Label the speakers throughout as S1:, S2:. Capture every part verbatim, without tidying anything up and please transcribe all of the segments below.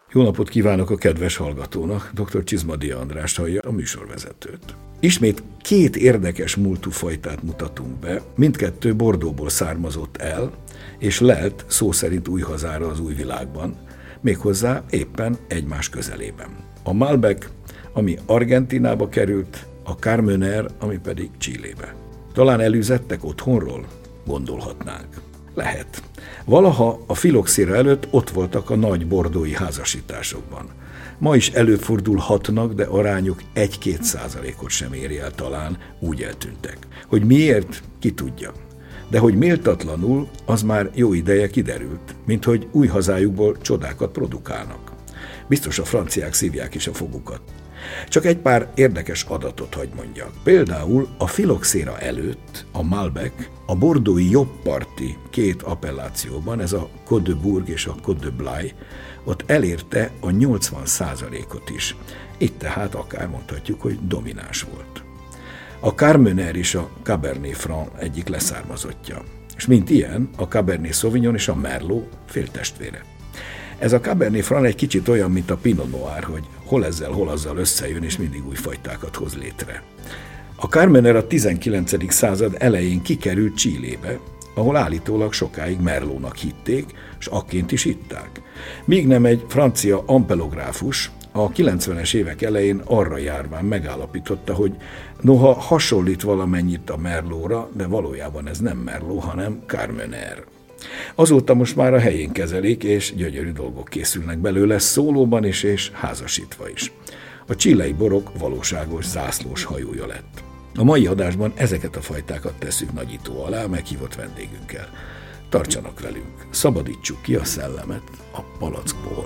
S1: Jó napot kívánok a kedves hallgatónak, dr. Csizmadia Andrást hallja, a műsorvezetőt. Ismét két érdekes múltú fajtát mutatunk be, mindkettő Bordeauxból származott el, és lelt szó szerint új hazára az új világban, méghozzá éppen egymás közelében. A Malbec, ami Argentínába került, a Carmenère, ami pedig Chilébe. Talán elűzettek otthonról? Gondolhatnánk. Lehet. Valaha a filoxéra előtt ott voltak a nagy bordói házasításokban. Ma is előfordulhatnak, de arányuk egy-két százalékot sem éri el talán, úgy eltűntek. Hogy miért, ki tudja. De hogy méltatlanul, az már jó ideje kiderült, mint hogy új hazájukból csodákat produkálnak. Biztos a franciák szívják is a fogukat. Csak egy pár érdekes adatot hagy mondjak. Például a filoxéra előtt a Malbec a bordói jobbparti két appellációban, ez a Côte de Bourg és a Côte de Blaye, ott elérte a nyolcvan százalékot is. Itt tehát akár mondhatjuk, hogy domináns volt. A Carmenère is a Cabernet Franc egyik leszármazottja. És mint ilyen, a Cabernet Sauvignon és a Merlot féltestvére. Ez a Cabernet Franc egy kicsit olyan, mint a Pinot Noir, hogy hol ezzel, hol azzal összejön, és mindig új fajtákat hoz létre. A Carmenère a tizenkilencedik század elején kikerült Chilébe, ahol állítólag sokáig Merlotnak hitték, és akként is itták. Míg nem egy francia ampelográfus a kilencvenes évek elején arra járván megállapította, hogy noha hasonlít valamennyit a Merlotra, de valójában ez nem Merlot, hanem Carmenère. Azóta most már a helyén kezelik, és gyönyörű dolgok készülnek belőle, szólóban is, és házasítva is. A chilei borok valóságos zászlós hajója lett. A mai adásban ezeket a fajtákat tesszük nagyító alá meghívott vendégünkkel. Tartsanak velünk, szabadítsuk ki a szellemet a palackból.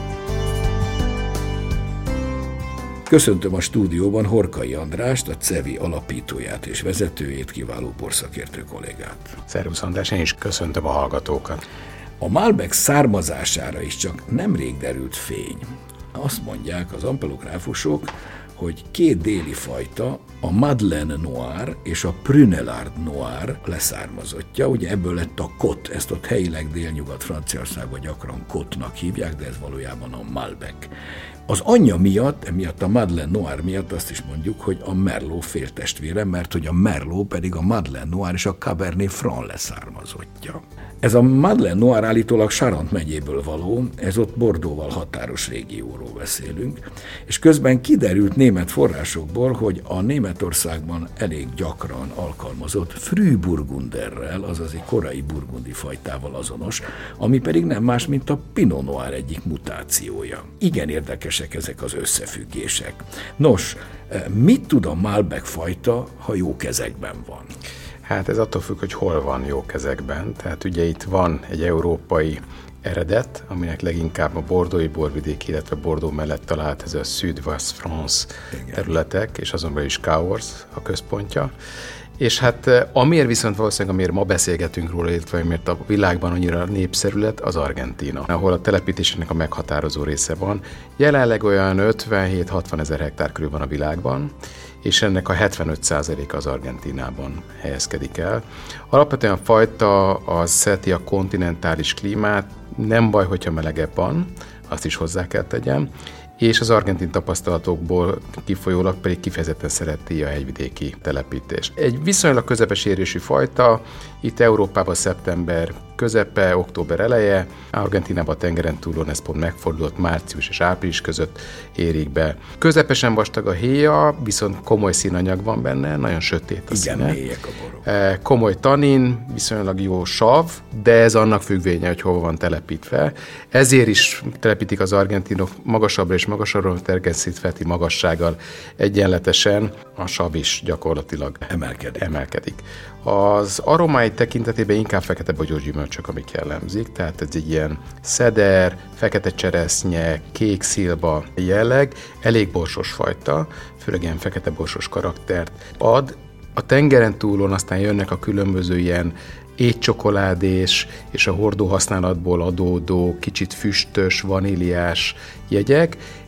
S1: Köszöntöm a stúdióban Horkai Andrást, a Cevi alapítóját és vezetőjét, kiváló borszakértő kollégát.
S2: Szervusz András, én is köszöntöm a hallgatókat.
S1: A Malbec származására is csak nemrég derült fény. Azt mondják az ampelográfusok, hogy két déli fajta, a Madeleine Noir és a Prunellard Noir leszármazottja, ugye ebből lett a Côte, ezt ott helyileg Délnyugat-Franciaországban gyakran Côte-nak hívják, de ez valójában a Malbec. Az anyja miatt, emiatt a Madeleine Noir miatt azt is mondjuk, hogy a Merlot féltestvére, mert hogy a Merlot pedig a Madeleine Noir és a Cabernet Franc leszármazottja. Ez a Madeleine Noir állítólag Charente megyéből való, ez ott Bordeauxval határos régióról beszélünk, és közben kiderült német forrásokból, hogy a Németországban elég gyakran alkalmazott Frühburgunderrel, azaz egy korai burgundi fajtával azonos, ami pedig nem más, mint a Pinot Noir egyik mutációja. Igen érdekesek ezek az összefüggések. Nos, mit tud a Malbec fajta, ha jó kezekben van?
S2: Hát ez attól függ, hogy hol van jó kezekben. Tehát ugye itt van egy európai eredet, aminek leginkább a bordói borvidék, illetve Bordeaux mellett talált ez a Sud-Ouest France területek, és azonban is Cahors a központja. És hát amiért viszont valószínűleg, amiért ma beszélgetünk róla, illetve amiért a világban annyira népszerű lett, az Argentína, ahol a telepítésének a meghatározó része van. Jelenleg olyan ötvenhét-hatvan ezer hektár körül van a világban, és ennek a hetvenöt százaléka az Argentínában helyezkedik el. Alapvetően a fajta az szereti a kontinentális klímát, nem baj, hogyha melegebb van, azt is hozzá kell tegyem, és az argentin tapasztalatokból kifolyólag pedig kifejezetten szereti a hegyvidéki telepítést. Egy viszonylag közepes érésű fajta, itt Európában szeptember közepe, október eleje, Argentínában a tengeren túlon ez pont megfordult, március és április között érik be. Közepesen vastag a héja, viszont komoly színanyag van benne, nagyon sötét a
S1: Igen,
S2: színe.
S1: mélyek a borok.
S2: Komoly tanin, viszonylag jó sav, de ez annak függvénye, hogy hova van telepítve. Ezért is telepítik az argentinok magasabbra és magasabbra tergesztett magassággal egyenletesen, a sav is gyakorlatilag
S1: Emelkedik.
S2: emelkedik. Az aromái tekintetében inkább fekete bogyós gyümölcsök, amik jellemzik, tehát ez egy ilyen szeder, fekete cseresznye, kék szilva jelleg, elég borsos fajta, főleg ilyen fekete borsos karaktert ad. A tengeren túlon aztán jönnek a különböző ilyen étcsokoládés és a hordó használatból adódó kicsit füstös, vaníliás jegyek,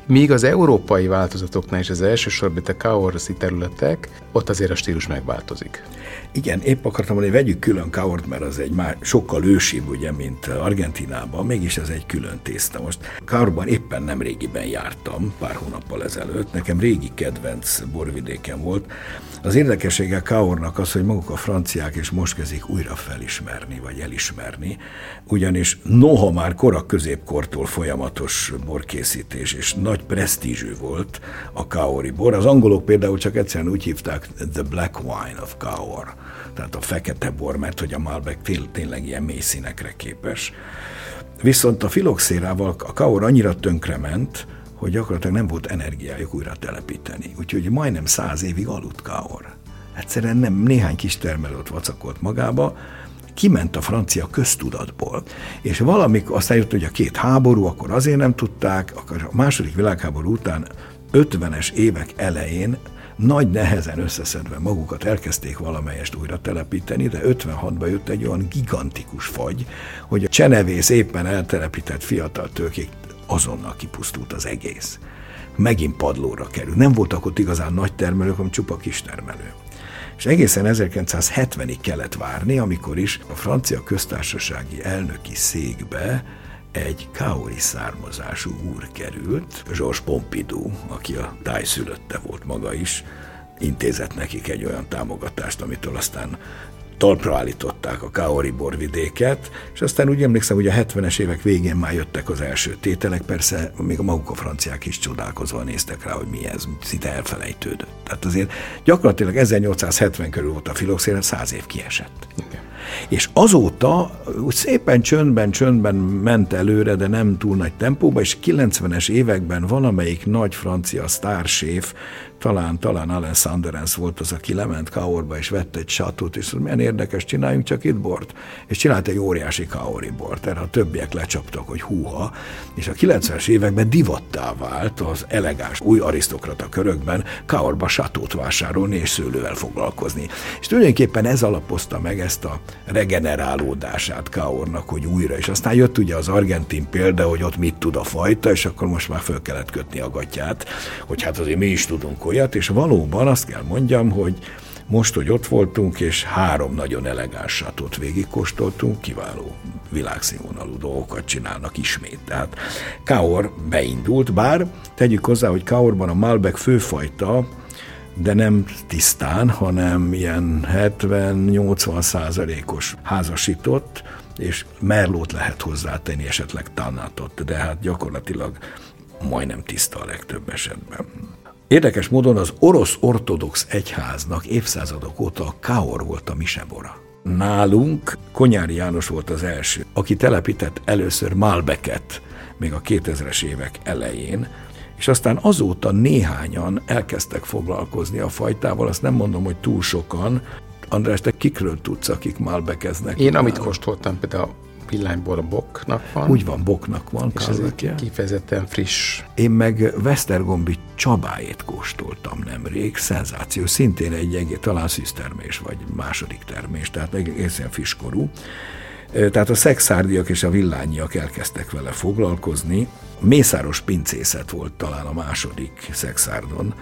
S2: Míg az európai változatoknál is az elsősorban a Cahors-i területek, ott azért a stílus megváltozik.
S1: Igen, épp akartam mondani, hogy vegyük külön Cahort, mert az egy már sokkal ősibb, ugye, mint Argentínában, mégis ez egy külön tészta. Most Cahorban éppen nem régiben jártam, pár hónappal ezelőtt, nekem régi kedvenc borvidéken volt. Az érdekessége Cahornak az, hogy maguk a franciák is most kezdik újra felismerni, vagy elismerni, ugyanis noha már korak középkortól folyamatos borkészítés, és nagy presztízsű volt a Cahori bor. Az angolok például csak egyszerűen úgy hívták The Black Wine of Cahor, tehát a fekete bor, mert hogy a Malbec tél, tényleg ilyen mély színekre képes. Viszont a filoxérával a Cahor annyira tönkrement, hogy gyakorlatilag nem volt energiájuk újra telepíteni. Úgyhogy majdnem száz évig aludt Cahor. Egyszerűen nem, néhány kis termelő ott vacakolt magába, kiment a francia köztudatból, és valamikor aztán jött ugye a két háború, akkor azért nem tudták, akkor a második világháború után ötvenes évek elején nagy nehezen összeszedve magukat elkezdték valamelyest újra telepíteni, de ötvenhatban jött egy olyan gigantikus fagy, hogy a csenevész éppen eltelepített fiatal tőkék azonnal kipusztult az egész. Megint padlóra kerül. Nem voltak ott igazán nagy termelők, hanem csupa kis termelő. És egészen ezerkilencszázhetvenig kellett várni, amikor is a francia köztársasági elnöki székbe egy cahori származású úr került, Georges Pompidou, aki a tájszülötte volt maga is, intézett nekik egy olyan támogatást, amitől aztán talpra állították a Cahori borvidéket, és aztán úgy emlékszem, hogy a hetvenes évek végén már jöttek az első tételek, persze még a maguk a franciák is csodálkozva néztek rá, hogy mi ez, szinte elfelejtődött. Tehát azért gyakorlatilag ezernyolcszázhetven körül volt a filoxéra, száz év kiesett. Igen. És azóta úgy szépen csöndben, csöndben ment előre, de nem túl nagy tempóba, és kilencvenes években valamelyik nagy francia sztárséf, talán, talán Alain Sanderens volt az, aki lement Cahorba, és vett egy sátót, és mondta, milyen érdekes, csináljunk csak itt bort. És csinált egy óriási Cahori bort, erre a többiek lecsaptak, hogy húha, és a kilencvenes években divattá vált az elegáns új arisztokrata körökben Cahorba sátót vásárolni és szőlővel foglalkozni. És tulajdonképpen ez alapozta meg ezt a regenerálódását Cahornak, hogy újra, és aztán jött ugye az argentin példa, hogy ott mit tud a fajta, és akkor most már föl kellett kötni a gatyát, hogy hát azért mi is tudunk olyat, és valóban azt kell mondjam, hogy most, hogy ott voltunk, és három nagyon elegáns sátót végigkóstoltunk, kiváló világszínvonalú dolgokat csinálnak ismét. Tehát Cahor beindult, bár tegyük hozzá, hogy Cahorban a Malbec főfajta, de nem tisztán, hanem ilyen hetven-nyolcvan százalékos házasított, és merlót lehet hozzátenni, esetleg tannátot, de hát gyakorlatilag majdnem tiszta a legtöbb esetben. Érdekes módon az orosz ortodox egyháznak évszázadok óta a Cahor volt a misebora. Nálunk Konyári János volt az első, aki telepített először Malbecet, még a kétezres évek elején, és aztán azóta néhányan elkezdtek foglalkozni a fajtával, azt nem mondom, hogy túl sokan. András, te kikről tudsz, akik Malbekeznek?
S2: Én amit kóstoltam, például a villánybor a Bocknak van.
S1: Úgy van, Bocknak van.
S2: És ez egy kifejezetten friss.
S1: Én meg Vesztergombi Csabáét kóstoltam nemrég, szenzáció, szintén egy egész, talán szűztermés, vagy második termés, tehát egészen frisskorú. Tehát a szexárdiak és a villányiak elkezdtek vele foglalkozni. Mészáros pincészet volt talán a második szexárdon,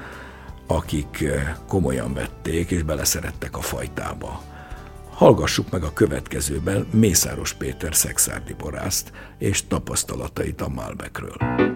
S1: akik komolyan vették és beleszerettek a fajtába. Hallgassuk meg a következőben Mészáros Péter szexárdi borászt és tapasztalatait a Malbecről.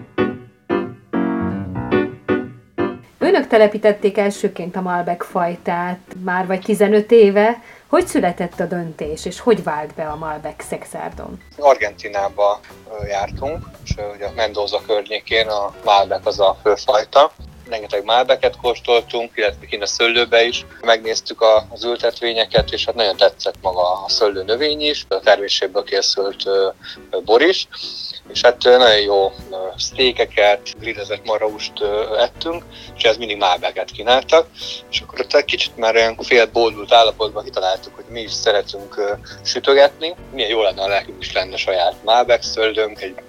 S3: Önök telepítették elsőként a Malbec fajtát már vagy tizenöt éve. Hogy született a döntés, és hogy vált be a Malbec szexárdon?
S4: Argentínába jártunk, és ugye a Mendoza környékén a Malbec az a főfajta. Rengeteg Malbecet kóstoltunk, illetve kint a szőlőbe is. Megnéztük az ültetvényeket, és hát nagyon tetszett maga a szőlő növény is, a terméséből készült bor is. És hát nagyon jó sztékeket, grillezett marhaúst ettünk, és ez mindig Malbecet kínáltak. És akkor ott egy kicsit már olyan fél boldult állapotban kitaláltuk, hogy mi is szeretünk sütögetni. Milyen jó lenne, ha nekünk is lenne saját Malbec szőlőnk, egy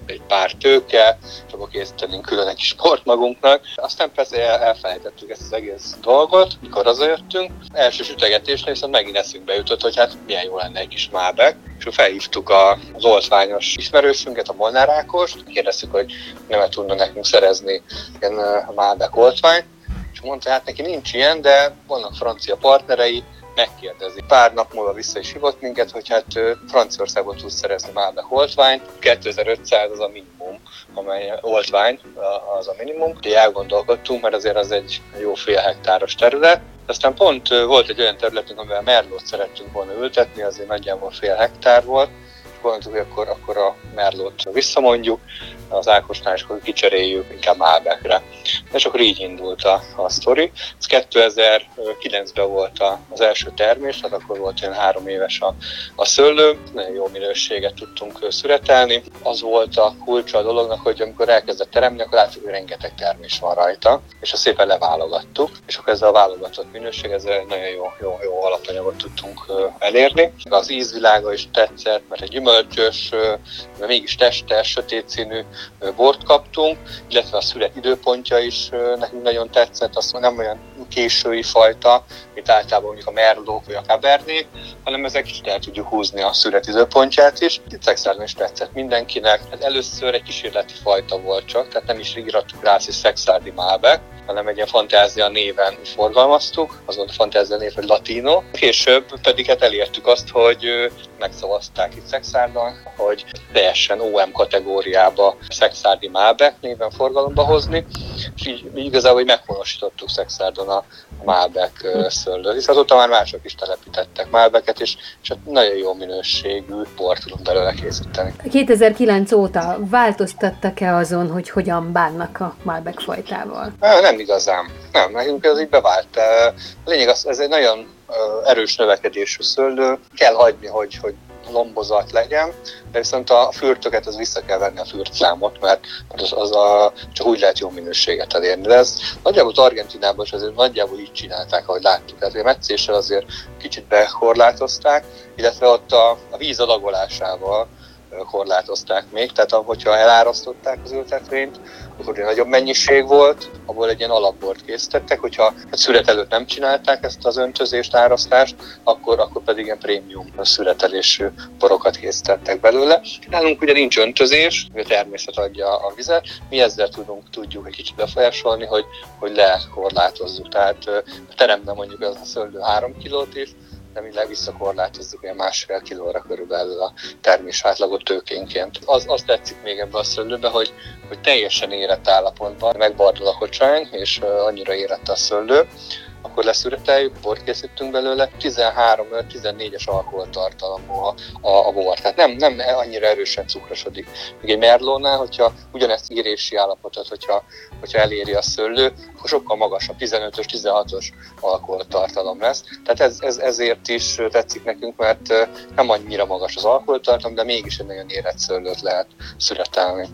S4: egy pár tőke, és akkor készítenénk külön egy kis sport magunknak. Aztán persze el, elfelejtettük ezt az egész dolgot, mikor hazajöttünk. Első sütegetésnél viszont megint eszünkbe jutott, hogy hát milyen jó lenne egy kis Malbec. És felhívtuk az oltványos ismerősünket, a Molnár Ákost, kérdeztük, hogy nem tudna nekünk szerezni ilyen Malbec oltványt, és mondta, hát neki nincs ilyen, de vannak francia partnerei, megkérdezi. Pár nap múlva vissza is hívott minket, hogy hát Franciaországból tudsz szerezni Malbec oltványt, kétezer-ötszáz az a minimum, amely oltvány az a minimum. Ugye elgondolkodtunk, mert azért az egy jó fél hektáros terület. Aztán pont volt egy olyan területünk, amivel merlót szerettünk volna ültetni, azért nagyjából fél hektár volt. Gondoltuk, hogy akkor, akkor a merlót visszamondjuk, az Ákosnál is akkor kicseréljük inkább Malbecre. És akkor így indult a, a sztori. Ez kétezer-kilencben volt az első termés, tehát akkor volt olyan három éves a, a szőlő, nagyon jó minőséget tudtunk szüretelni. Az volt a kulcsa a dolognak, hogy amikor elkezdett teremni, akkor láttuk, hogy rengeteg termés van rajta, és azt szépen leválogattuk, és akkor ezzel a válogatott minőség, ezzel nagyon jó, jó, jó alapanyagot tudtunk elérni. Az ízvilága is tetszett, mert egy gyümölcsös, de mégis testes, sötét színű bort kaptunk, illetve a szület időpontja is nekünk nagyon tetszett, azt nem olyan késői fajta, mint általában mondjuk a merlók vagy a cabernet, hanem ezek kicsit el tudjuk húzni a szület időpontját is. Itt Szexárdon is tetszett mindenkinek. Hát először egy kísérleti fajta volt csak, tehát nem is írhattuk rá, hogy Szexárdi Malbec, hanem egy ilyen fantázia néven forgalmaztuk, az volt a fantázia név, hogy Latino. Később pedig hát elértük azt, hogy megszavazták itt Szexárdon, hogy teljesen o em kategóriába Szexárdi Malbec néven forgalomba hozni, és így, így igazából hogy meghonosítottuk Szexárdon a Malbec szőlőt, hiszen azóta már mások is telepítettek Malbecet, és, és nagyon jó minőségű bort tudunk belőle készíteni.
S3: kétezer-kilenc óta változtattak-e azon, hogy hogyan bánnak a Malbec fajtával?
S4: Nem igazán. Nem, nekünk ez így bevált. A lényeg az, ez egy nagyon erős növekedésű szőlő. Kell hagyni, hogy, hogy lombozat legyen, de viszont a fürtöket az vissza kell venni a fürtszámot, mert az, az a, csak úgy lehet jó minőséget elérni. De ez nagyjából Argentínában is azért nagyjából így csinálták, ahogy láttuk. Tehát a metszéssel azért kicsit bekorlátozták, illetve ott a, a víz adagolásával korlátozták még, tehát hogyha elárasztották az ültetvényt, akkor egy nagyobb mennyiség volt, abból egy ilyen alapbort készítettek, hogyha a szület előtt nem csinálták ezt az öntözést, árasztást, akkor, akkor pedig ilyen prémium szüretelésű borokat készítettek belőle. Nálunk ugye nincs öntözés, a természet adja a vizet, mi ezzel tudunk, tudjuk egy kicsit befolyásolni, hogy, hogy lekorlátozzuk. Tehát a teremben mondjuk az a szőlő három kilót is, de mi visszakorlátozzuk olyan másfél kilóra körülbelül a termés átlagot tőkénként. Az, az tetszik még ebben a szőlőben, hogy, hogy teljesen érett állapotban megbardul a kocsány, és annyira érett a szőlő, akkor leszüreteljük, bort készítünk belőle, tizenhárom-tizennégyes alkoholtartalmú a, a, a bor. Tehát nem, nem annyira erősen cukrosodik. Még egy merlónál, hogyha ugyanezt írési állapotot, hogyha, hogyha eléri a szőlő, akkor sokkal magasabb, tizenötös, tizenhatos alkoholtartalom lesz. Tehát ez, ez, ezért is tetszik nekünk, mert nem annyira magas az alkoholtartalom, de mégis egy nagyon érett szőlőt lehet szüretelni.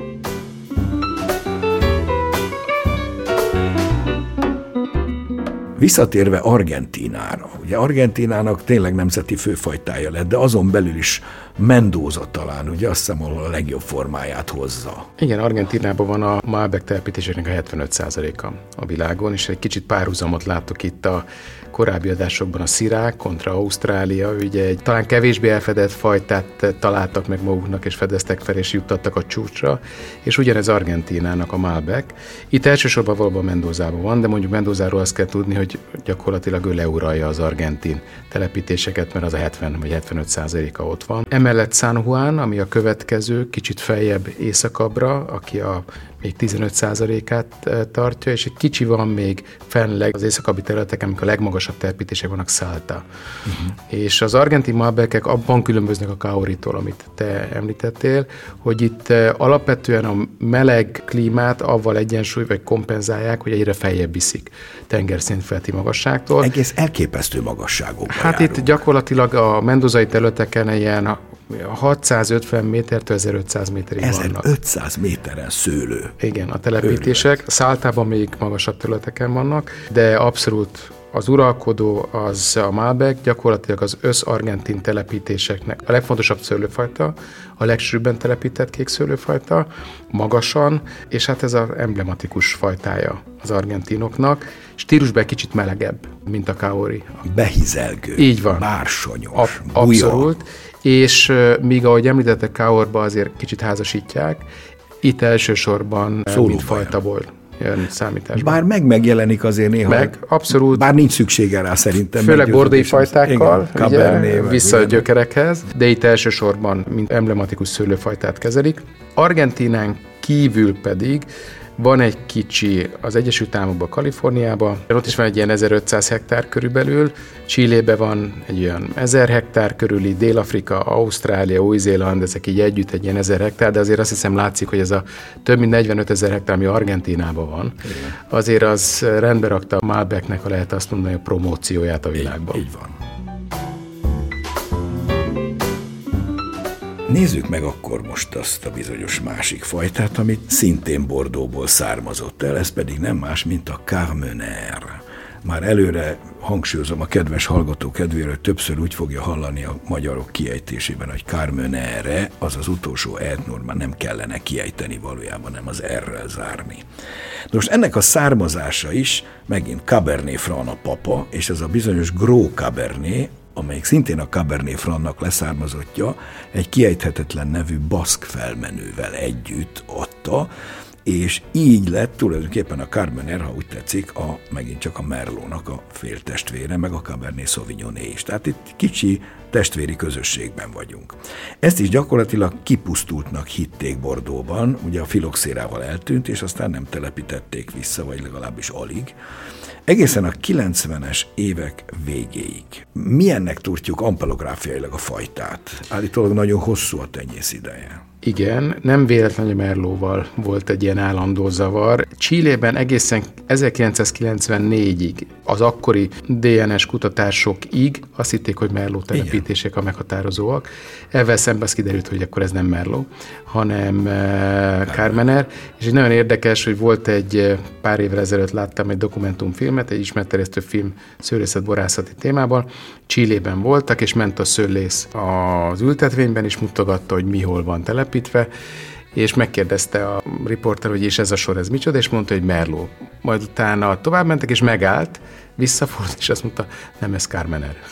S1: Visszatérve Argentínára, ugye Argentínának tényleg nemzeti főfajtája lett, de azon belül is Mendoza talán, ugye azt hiszem, ahol a legjobb formáját hozza.
S2: Igen, Argentínában van a Malbec telepítésének a hetvenöt százaléka a világon, és egy kicsit párhuzamot látok itt a korábbi adásokban a Szirák kontra Ausztrália, ugye egy talán kevésbé elfedett fajtát találtak meg maguknak, és fedeztek fel, és juttattak a csúcsra, és ugyanez Argentínának a Malbec. Itt elsősorban valóban Mendozában van, de mondjuk Mendozáról azt kell tudni, hogy gyakorlatilag ő leuralja az argentin telepítéseket, mert az a hetven vagy hetvenöt százaléka ott van. Emellett San Juan, ami a következő, kicsit feljebb északabbra, aki a még tizenöt százalékát tartja, és egy kicsi van még fennleg az északabbi területeken, amikor a legmagasabb telepítések vannak, Salta. Uh-huh. És az argentin Malbecek abban különböznek a Cauritól, amit te említettél, hogy itt alapvetően a meleg klímát avval egyensúly vagy kompenzálják, hogy egyre feljebb viszik tengerszint feletti magasságtól.
S1: Egész elképesztő magasságokban
S2: Hát
S1: járunk.
S2: Itt gyakorlatilag a mendozai területeken ilyen hatszázötven métertől ezerötszáz méterig vannak.
S1: ezerötszáz méteren szőlő.
S2: Igen, a telepítések. Saltában még magasabb területeken vannak, de abszolút Az uralkodó az a Malbec, gyakorlatilag az össz-argentin telepítéseknek a legfontosabb szőlőfajta, a legsűrűbben telepített kék szőlőfajta, magasan, és hát ez az emblematikus fajtája az argentinoknak. Stílusban egy kicsit melegebb, mint a Kaori.
S1: Behizelgő,
S2: így van.
S1: Bársonyos,
S2: Ab- Abszolút. És uh, míg ahogy említette, Kaorba azért kicsit házasítják, itt elsősorban uh, mint fajtaból jön számításba.
S1: Bár meg megjelenik azért néha.
S2: Meg, abszolút.
S1: Bár nincs szüksége rá szerintem.
S2: Főleg bordói fajtákkal,
S1: igen,
S2: ugye, vissza a gyökerekhez, de itt elsősorban mint emblematikus szőlőfajtát kezelik. Argentínán kívül pedig van egy kicsi az Egyesült Államokban, Kaliforniában, ott is van egy ilyen ezerötszáz hektár körülbelül, Chilében van egy olyan ezer hektár körüli, Dél-Afrika, Ausztrália, Új-Zéland, ezek így együtt egy ilyen ezer hektár, de azért azt hiszem látszik, hogy ez a több mint negyvenöt ezer hektár, ami Argentínában van, azért az rendbe rakta a Malbecnek, ha lehet azt mondani, a promócióját a világban.
S1: Így, így van. Nézzük meg akkor most azt a bizonyos másik fajtát, amit szintén Bordeauxból származott el, ez pedig nem más, mint a Carmenère. Már előre hangsúlyozom a kedves hallgató kedvére, hogy többször úgy fogja hallani a magyarok kiejtésében, hogy Carmenère, az az utolsó e-t normál nem kellene kiejteni valójában, nem az R-rel zárni. De most ennek a származása is, megint Cabernet Franc a papa, és ez a bizonyos Gros Cabernet, amelyik szintén a Cabernet Francnak leszármazottja, egy kiejthetetlen nevű baszk felmenővel együtt adta, és így lett tulajdonképpen a Carmenère, ha úgy tetszik, a, megint csak a Merlotnak a féltestvére, meg a Cabernet Sauvignoné is. Tehát itt kicsi testvéri közösségben vagyunk. Ezt is gyakorlatilag kipusztultnak hitték Bordeauxban, ugye a filoxérával eltűnt, és aztán nem telepítették vissza, vagy legalábbis alig. Egészen a kilencvenes évek végéig. Milyennek tudjuk ampelográfiailag a fajtát? Állítólag nagyon hosszú a tenyész ideje.
S2: Igen, nem véletlenül Merlóval volt egy ilyen állandó zavar. Chilében egészen ezerkilencszázkilencvennégyig az akkori dé en es kutatásokig azt hitték, hogy Merlot telepítések a meghatározóak. Ezzel szemben az kiderült, hogy akkor ez nem Merlot, hanem uh, Carmenère. És egy nagyon érdekes, hogy volt egy pár évvel ezelőtt láttam egy dokumentumfilmet, egy ismertterjesztő film szőlészet-borászati témában. Chilében voltak, és ment a szőlész az ültetvényben, és mutogatta, hogy mi hol van telepítve, és megkérdezte a riporter, hogy és ez a sor, ez micsoda, és mondta, hogy Merlot. Majd utána tovább mentek, és megállt, visszafordult, és azt mondta, nem, ez Carmenère.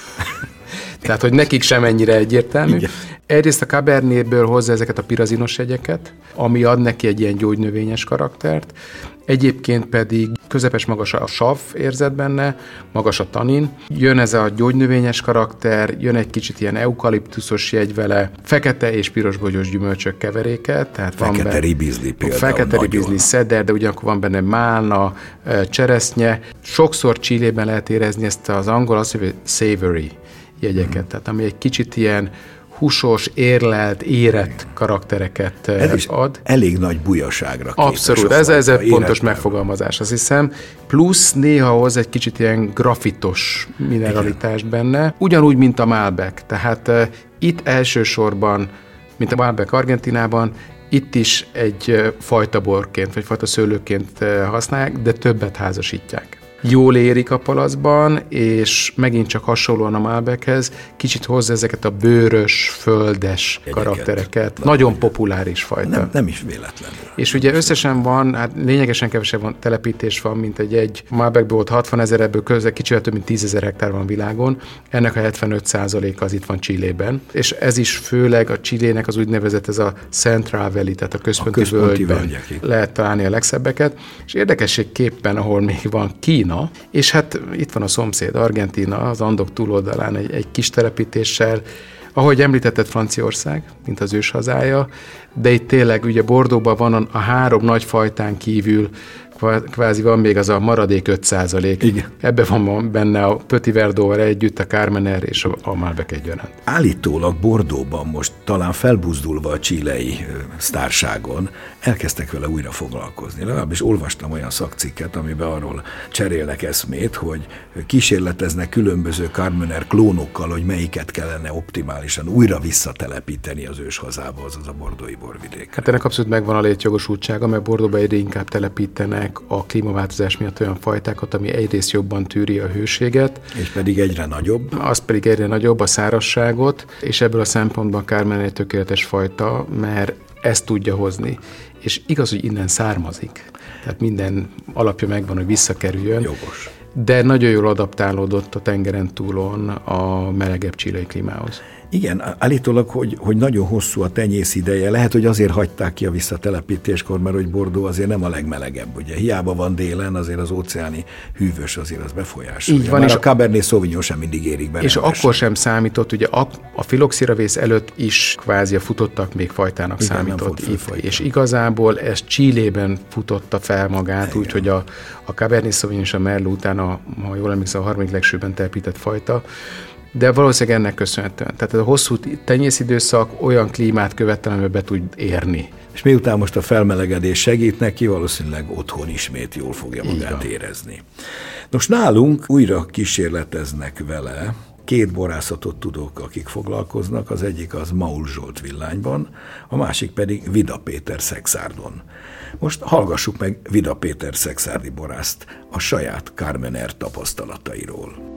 S2: Tehát, hogy nekik sem ennyire egyértelmű. Igen. Egyrészt a Cabernetből hozza ezeket a pirazinos jegyeket, ami ad neki egy ilyen gyógynövényes karaktert, egyébként pedig közepes magas a sav érzet benne, magas a tanin, jön ez a gyógynövényes karakter, jön egy kicsit ilyen eukaliptuszos jegy vele, fekete és pirosbogyós gyümölcsök keveréke, tehát
S1: fekete
S2: van benne
S1: ribizli például.
S2: Fekete ribizli, szeder, de ugyanakkor van benne málna, cseresznye. Sokszor Chilében lehet érezni ezt az angol, azt mondja, hogy savory jegyeket, hmm. tehát ami egy kicsit ilyen húsos, érlelt, érett karaktereket
S1: ez is
S2: ad.
S1: Elég nagy bujaságra képes.
S2: Abszolút, ez, ez egy pontos megfogalmazás, azt hiszem. Plusz néha hoz egy kicsit ilyen grafitos mineralitást benne, ugyanúgy, mint a Malbec. Tehát uh, itt elsősorban, mint a Malbec Argentinában, itt is egy uh, fajta borként, vagy fajta szőlőként uh, használják, de többet házasítják. Jól érik a palacban, és megint csak hasonlóan a Malbechez, kicsit hozza ezeket a bőrös, földes Egyeket. karaktereket. Na, nagyon populáris fajta.
S1: Nem, nem is véletlenül.
S2: És ugye összesen van, hát lényegesen kevesebb van, telepítés van, mint egy egy. Malbecből volt hatvanezer, ebből közel kicsivel több mint tízezer hektár van világon. Ennek a hetvenöt százaléka az itt van Chilében. És ez is főleg a Chilének az úgynevezett ez a Central Valley, tehát a központi, a központi völgyben völgyek. Lehet találni a legszebbeket. És érdekességképpen, ahol még van Kína, és hát itt van a szomszéd Argentína, az Andok túloldalán egy, egy kis telepítéssel, ahogy említetted, Franciaország, mint az őshazája, de itt tényleg ugye Bordeauxban van a, a három nagy fajtán kívül kvázi van még az a maradék öt százalék. Igen. Ebben van benne a Petit Verdot-val együtt, a Carmenère és a, a Malbec egyaránt.
S1: Állítólag Bordeauxban most talán felbuzdulva a chilei sztárságon elkezdtek vele újra foglalkozni. Legalábbis olvastam olyan szakcikket, amiben arról cserélnek eszmét, hogy kísérleteznek különböző Carmenère klónokkal, hogy melyiket kellene optimálisan újra visszatelepíteni az őshazába, azaz a bordeauxi borvidékre.
S2: Hát ennek abszolút megvan a létjogosultsága, mert Bordeauxba egyre inkább telepítenek termelnek a klímaváltozás miatt olyan fajtákat, ami egyrészt jobban tűri a hőséget.
S1: És pedig egyre nagyobb.
S2: Az pedig egyre nagyobb, a szárazságot, és ebből a szempontból a Carmenere egy tökéletes fajta, mert ezt tudja hozni. És igaz, hogy innen származik. Tehát minden alapja megvan, hogy visszakerüljön.
S1: Jogos.
S2: De nagyon jól adaptálódott a tengeren túlon a melegebb chilei klímához.
S1: Igen, állítólag, hogy, hogy nagyon hosszú a tenyész ideje. Lehet, hogy azért hagyták ki a visszatelepítéskor, mert hogy Bordeaux azért nem a legmelegebb. Ugye hiába van délen, azért az óceáni hűvös azért az befolyásolja.
S2: Így van,
S1: már
S2: és
S1: a Cabernet Sauvignon sem mindig érik be.
S2: És akkor sem számított, ugye a, a filoxiravész előtt is kvázi a futottak még fajtának igen, számított itt. És igazából ez Chilében futotta fel magát, úgyhogy a, a Cabernet Sauvignon és a Merlot után, a, ha jól emlékszem, a harmadik legsőbben telepített fajta, de valószínűleg ennek köszönhetően. Tehát a hosszú tenyészidőszak olyan klímát követel, amiben be tud érni.
S1: És miután most a felmelegedés segít neki, valószínűleg otthon ismét jól fogja magát érezni. Nos, nálunk újra kísérleteznek vele. Két borászatot tudok, akik foglalkoznak. Az egyik az Maul Zsolt Villányban, a másik pedig Vida Péter Szexárdon. Most hallgassuk meg Vida Péter szexárdi borászt a saját Carmenere tapasztalatairól.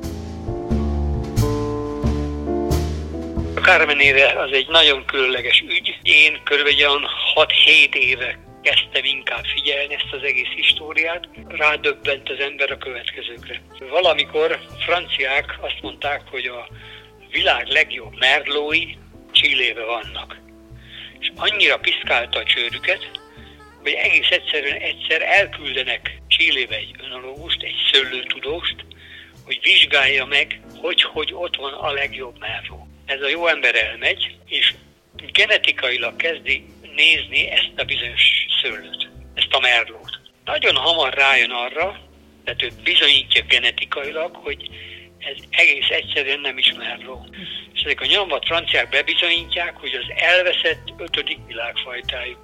S5: A Carmenere az egy nagyon különleges ügy. Én körülbelül hat-hét éve kezdtem inkább figyelni ezt az egész históriát. Rádöbbent az ember a következőkre. Valamikor a franciák azt mondták, hogy a világ legjobb merlói Chilébe vannak. És annyira piszkálta a csőrüket, hogy egész egyszerűen egyszer elküldenek Chilébe egy önológust, egy szőlőtudóst, hogy vizsgálja meg, hogy, hogy ott van a legjobb merló. Ez a jó ember elmegy, és genetikailag kezdi nézni ezt a bizonyos szőlőt, ezt a merlót. Nagyon hamar rájön arra, tehát ő bizonyítja genetikailag, hogy ez egész egyszerűen nem is merló. És ezek a nyomvat franciák bebizonyítják, hogy az elveszett ötödik világfajtájuk.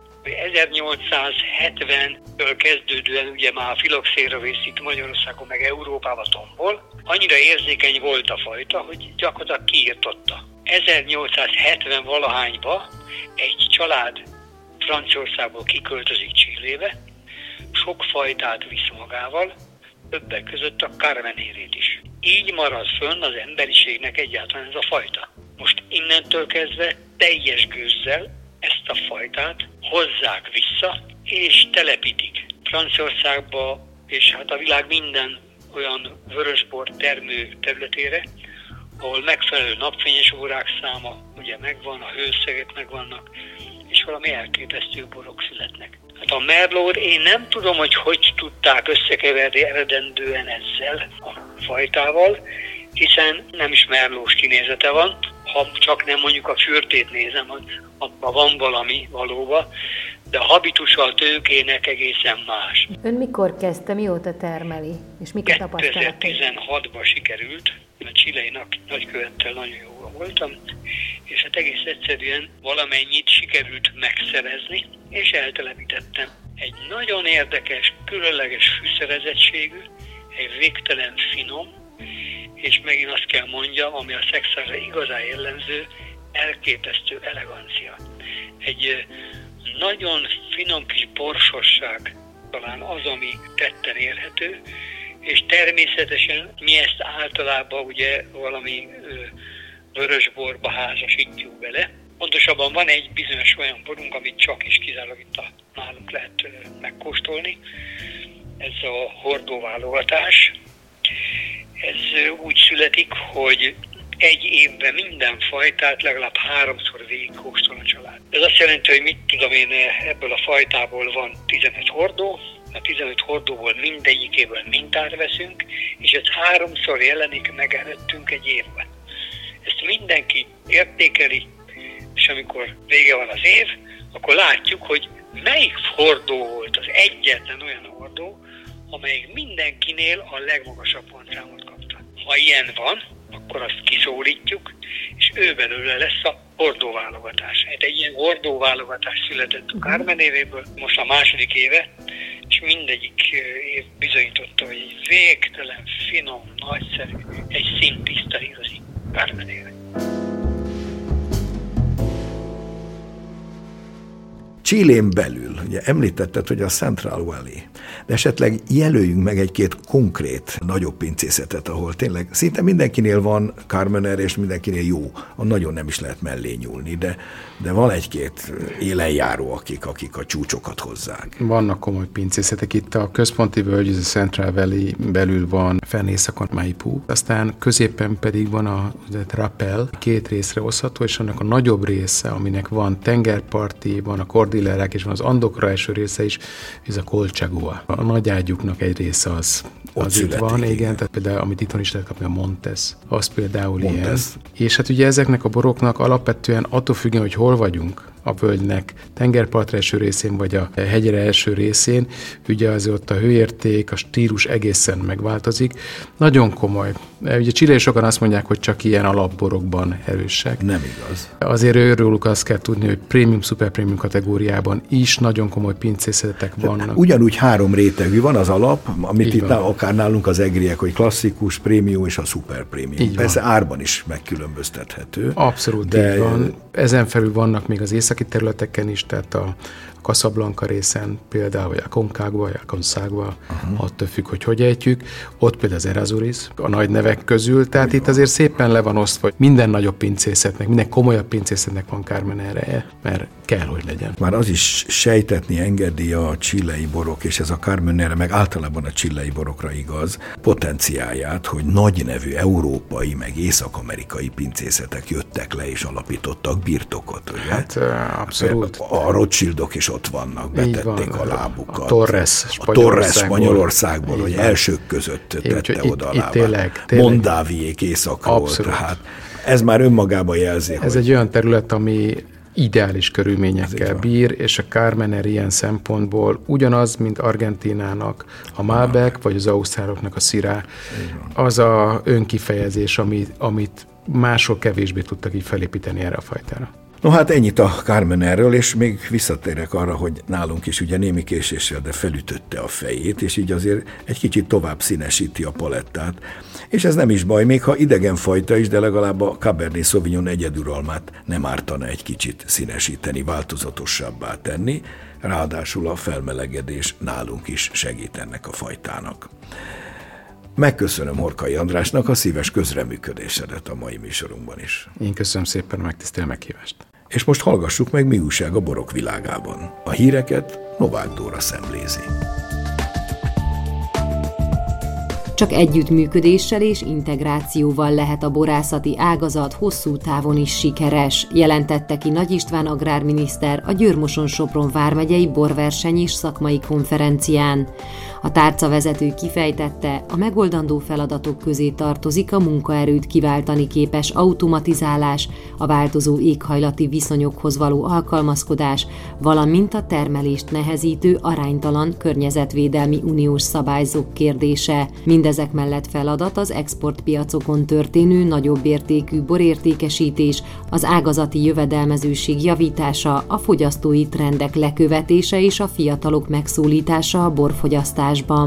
S5: ezernyolcszázhetventől kezdődően ugye már a filoxéravész itt Magyarországon meg Európában tombol, annyira érzékeny volt a fajta, hogy gyakorlatilag kiirtotta. ezernyolcszázhetven valahányba egy család Franciaországból kiköltözik Chilébe, sok fajtát visz magával, többek között a Carmenérét is. Így marad fönn az emberiségnek egyáltalán ez a fajta. Most innentől kezdve teljes gőzzel ezt a fajtát hozzák vissza, és telepítik Franciaországba, és hát a világ minden olyan vörösbor termő területére, ahol megfelelő napfényes órák száma ugye megvan, a hőszegek megvannak, és valami elképesztő borok születnek. Hát a merlót én nem tudom, hogy hogy tudták összekeverni eredendően ezzel a fajtával, hiszen nem is merlós kinézete van, ha csak nem mondjuk a fürtét nézem, abban van valami valóban, de a habitusa a tőkének egészen más.
S3: Ön mikor kezdte, mióta termeli, és mik a tapasztalatai?
S5: kétezer-tizenhatban sikerült, a chilei nagykövettel nagyon jól voltam, és hát egész egyszerűen valamennyit sikerült megszerezni, és eltelepítettem. Egy nagyon érdekes, különleges fűszerezettségű, egy végtelen finom, és megint azt kell mondjam, ami a Szexárra igazán jellemző, elképesztő elegancia. Egy nagyon finom kis borsosság talán az, ami tetten érhető, és természetesen mi ezt általában ugye valami vörösborba házasítjuk bele. Pontosabban van egy bizonyos olyan borunk, amit csak is kizárólag itt a, nálunk lehet megkóstolni. Ez a hordóválogatás. Ez úgy születik, hogy egy évben minden fajtát legalább háromszor végigkóstol a család. Ez azt jelenti, hogy mit tudom én, ebből a fajtából van tizenöt hordó, a tizenöt hordóból mindegyikéből mintát veszünk, és ez háromszor jelenik meg előttünk egy évben. Ezt mindenki értékeli, és amikor vége van az év, akkor látjuk, hogy melyik hordó volt az egyetlen olyan hordó, amelyik mindenkinél a legmagasabb pontszámot kapta. Ha ilyen van, akkor azt kiszólítjuk, és ő belőle lesz a hordóválogatás. Hát egy ilyen hordóválogatás született a Carmenéréből, most a második éve, és mindegyik év bizonyította, hogy egy végtelen, finom, nagyszerű, egy színtiszta igazi Carmenére.
S1: Chilén belül, ugye említetted, hogy a Central Valley, de esetleg jelöljünk meg egy-két konkrét nagyobb pincészetet, ahol tényleg szinte mindenkinél van Carmener, és mindenkinél jó, a nagyon nem is lehet mellé nyúlni, de, de van egy-két élenjáró, akik, akik a csúcsokat hozzák.
S2: Vannak komoly pincészetek, itt a központi völgy, a Central Valley belül van, fennészakon Maipú, aztán középen pedig van a Rappel, két részre osztható, és annak a nagyobb része, aminek van tengerparti, van a Cordillerák, és van az Andokra eső része is, ez a Colchagua. A nagyágyuknak egy része az, az itt van, igen, igen, tehát például, amit itthon is lehet kapni, a Montes, az például Montes. Ilyen. És hát ugye ezeknek a boroknak alapvetően attól függően, hogy hol vagyunk, a völgynek tengerpartra eső részén, vagy a hegyre eső részén, ugye azért ott a hőérték, a stílus egészen megváltozik. Nagyon komoly. Ugye Chilén sokan azt mondják, hogy csak ilyen alapborokban erősek.
S1: Nem igaz.
S2: Azért őróluk azt kell tudni, hogy prémium, szuperprémium kategóriában is nagyon komoly pincészetek vannak.
S1: Ugyanúgy három rétegű van az alap, amit így itt van. Akár nálunk az egriek, hogy klasszikus, prémium és a szuperprémium. Persze van. Árban is megkülönböztethető.
S2: Abszolút de... így van. Ezen felül vannak még az északi területeken is, tehát a Casablanca részen például, vagy a Concagua, vagy a Conságua, uh-huh. attól függ, hogy hogy ejtjük. Ott például az Errázuriz, a nagy nevek közül, tehát itt azért szépen le van osztva, hogy minden nagyobb pincészetnek, minden komolyabb pincészetnek van Carmenereje, mert kell, hogy legyen.
S1: Már az is sejtetni engedi a chilei borok, és ez a Carmenere, meg általában a chilei borokra igaz, potenciáját, hogy nagy nevű európai, meg észak-amerikai pincészetek jöttek le és alapítottak birtokot, ugye?
S2: Hát abszolút.
S1: A, a Rothschildok is ott vannak, betették van, a lábukat.
S2: A Torres
S1: Spanyolországból, a Torres Spanyolországból, hogy elsők között tette
S2: így,
S1: oda a
S2: lábát. Tényleg, tényleg.
S1: Mondáviék északról, tehát ez már önmagában jelzi,
S2: Ez
S1: hogy...
S2: egy olyan terület, ami ideális körülményekkel bír, és a Carmener ilyen szempontból ugyanaz, mint Argentínának a Malbec, vagy az ausztráloknak a Syrah, az a önkifejezés, amit, amit máshol kevésbé tudtak így felépíteni erre a fajtára.
S1: No hát ennyit a Carmenerről, és még visszatérek arra, hogy nálunk is ugye némi késéssel, de felütötte a fejét, és így azért egy kicsit tovább színesíti a palettát. És ez nem is baj, még ha idegen fajta is, de legalább a Cabernet Sauvignon egyeduralmát nem ártana egy kicsit színesíteni, változatosabbá tenni, ráadásul a felmelegedés nálunk is segít ennek a fajtának. Megköszönöm Horkai Andrásnak a szíves közreműködésedet a mai műsorunkban is.
S2: Én köszönöm szépen a megtisztelő meghívást.
S1: És most hallgassuk meg, mi újság a borok világában. A híreket Novák Dóra szemlézi.
S6: Csak együttműködéssel és integrációval lehet a borászati ágazat hosszú távon is sikeres, jelentette ki Nagy István agrárminiszter a Győr-Moson-Sopron vármegyei borverseny és szakmai konferencián. A tárcavezető kifejtette, a megoldandó feladatok közé tartozik a munkaerőt kiváltani képes automatizálás, a változó éghajlati viszonyokhoz való alkalmazkodás, valamint a termelést nehezítő aránytalan környezetvédelmi uniós szabályzók kérdése. Mindezek mellett feladat az exportpiacokon történő nagyobb értékű borértékesítés, az ágazati jövedelmezőség javítása, a fogyasztói trendek lekövetése és a fiatalok megszólítása a borfogyasztásban.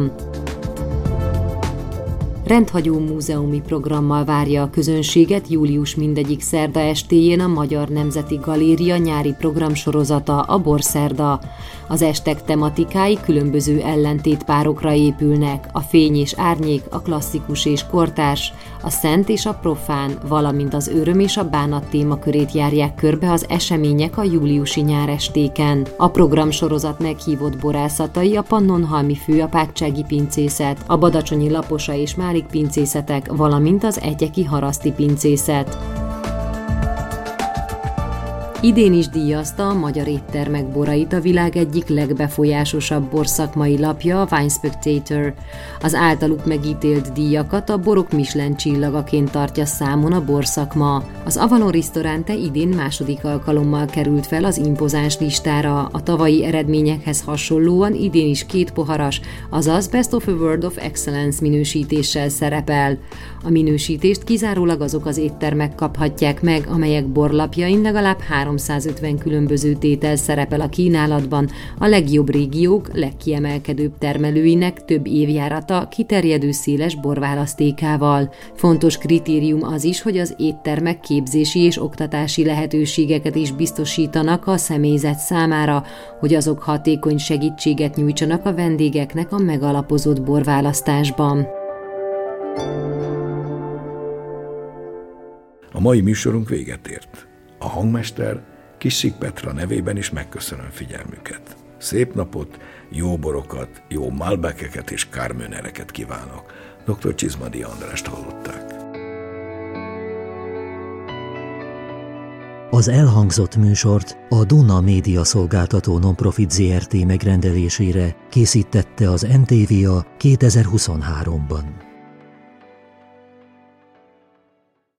S6: Rendhagyó múzeumi programmal várja a közönséget július mindegyik szerda estéjén a Magyar Nemzeti Galéria nyári programsorozata, a Borszerda. Az estek tematikái különböző ellentétpárokra épülnek, a fény és árnyék, a klasszikus és kortárs, a szent és a profán, valamint az öröm és a bánat témakörét járják körbe az események a júliusi nyárestéken. A programsorozat meghívott borászatai a Pannonhalmi főapátsági pincészet, a badacsonyi Laposa és Márik pincészetek, valamint az egyeki haraszti pincészet. Idén is díjazta a magyar éttermek borait a világ egyik legbefolyásosabb borszakmai lapja, a Wine Spectator. Az általuk megítélt díjakat a borok Michelin csillagaként tartja számon a borszakma. Az Avalon Ristorante idén második alkalommal került fel az impozáns listára, a tavalyi eredményekhez hasonlóan idén is két poharas, azaz Best of a World of Excellence minősítéssel szerepel. A minősítést kizárólag azok az éttermek kaphatják meg, amelyek borlapjain legalább három háromszázötven különböző tétel szerepel a kínálatban, a legjobb régiók, legkiemelkedőbb termelőinek több évjárata kiterjedő széles borválasztékával. Fontos kritérium az is, hogy az éttermek képzési és oktatási lehetőségeket is biztosítanak a személyzet számára, hogy azok hatékony segítséget nyújtsanak a vendégeknek a megalapozott borválasztásban.
S1: A mai műsorunk véget ért. A hangmester Kissik Petra nevében is megköszönöm figyelmüket. Szép napot, jó borokat, jó Malbeceket és Carmenereket kívánok. doktor Csizmadi Andrást hallották.
S7: Az elhangzott műsort a Duna Média Szolgáltató Nonprofit zé er té megrendelésére készítette az en té vé á kétezer-huszonháromban.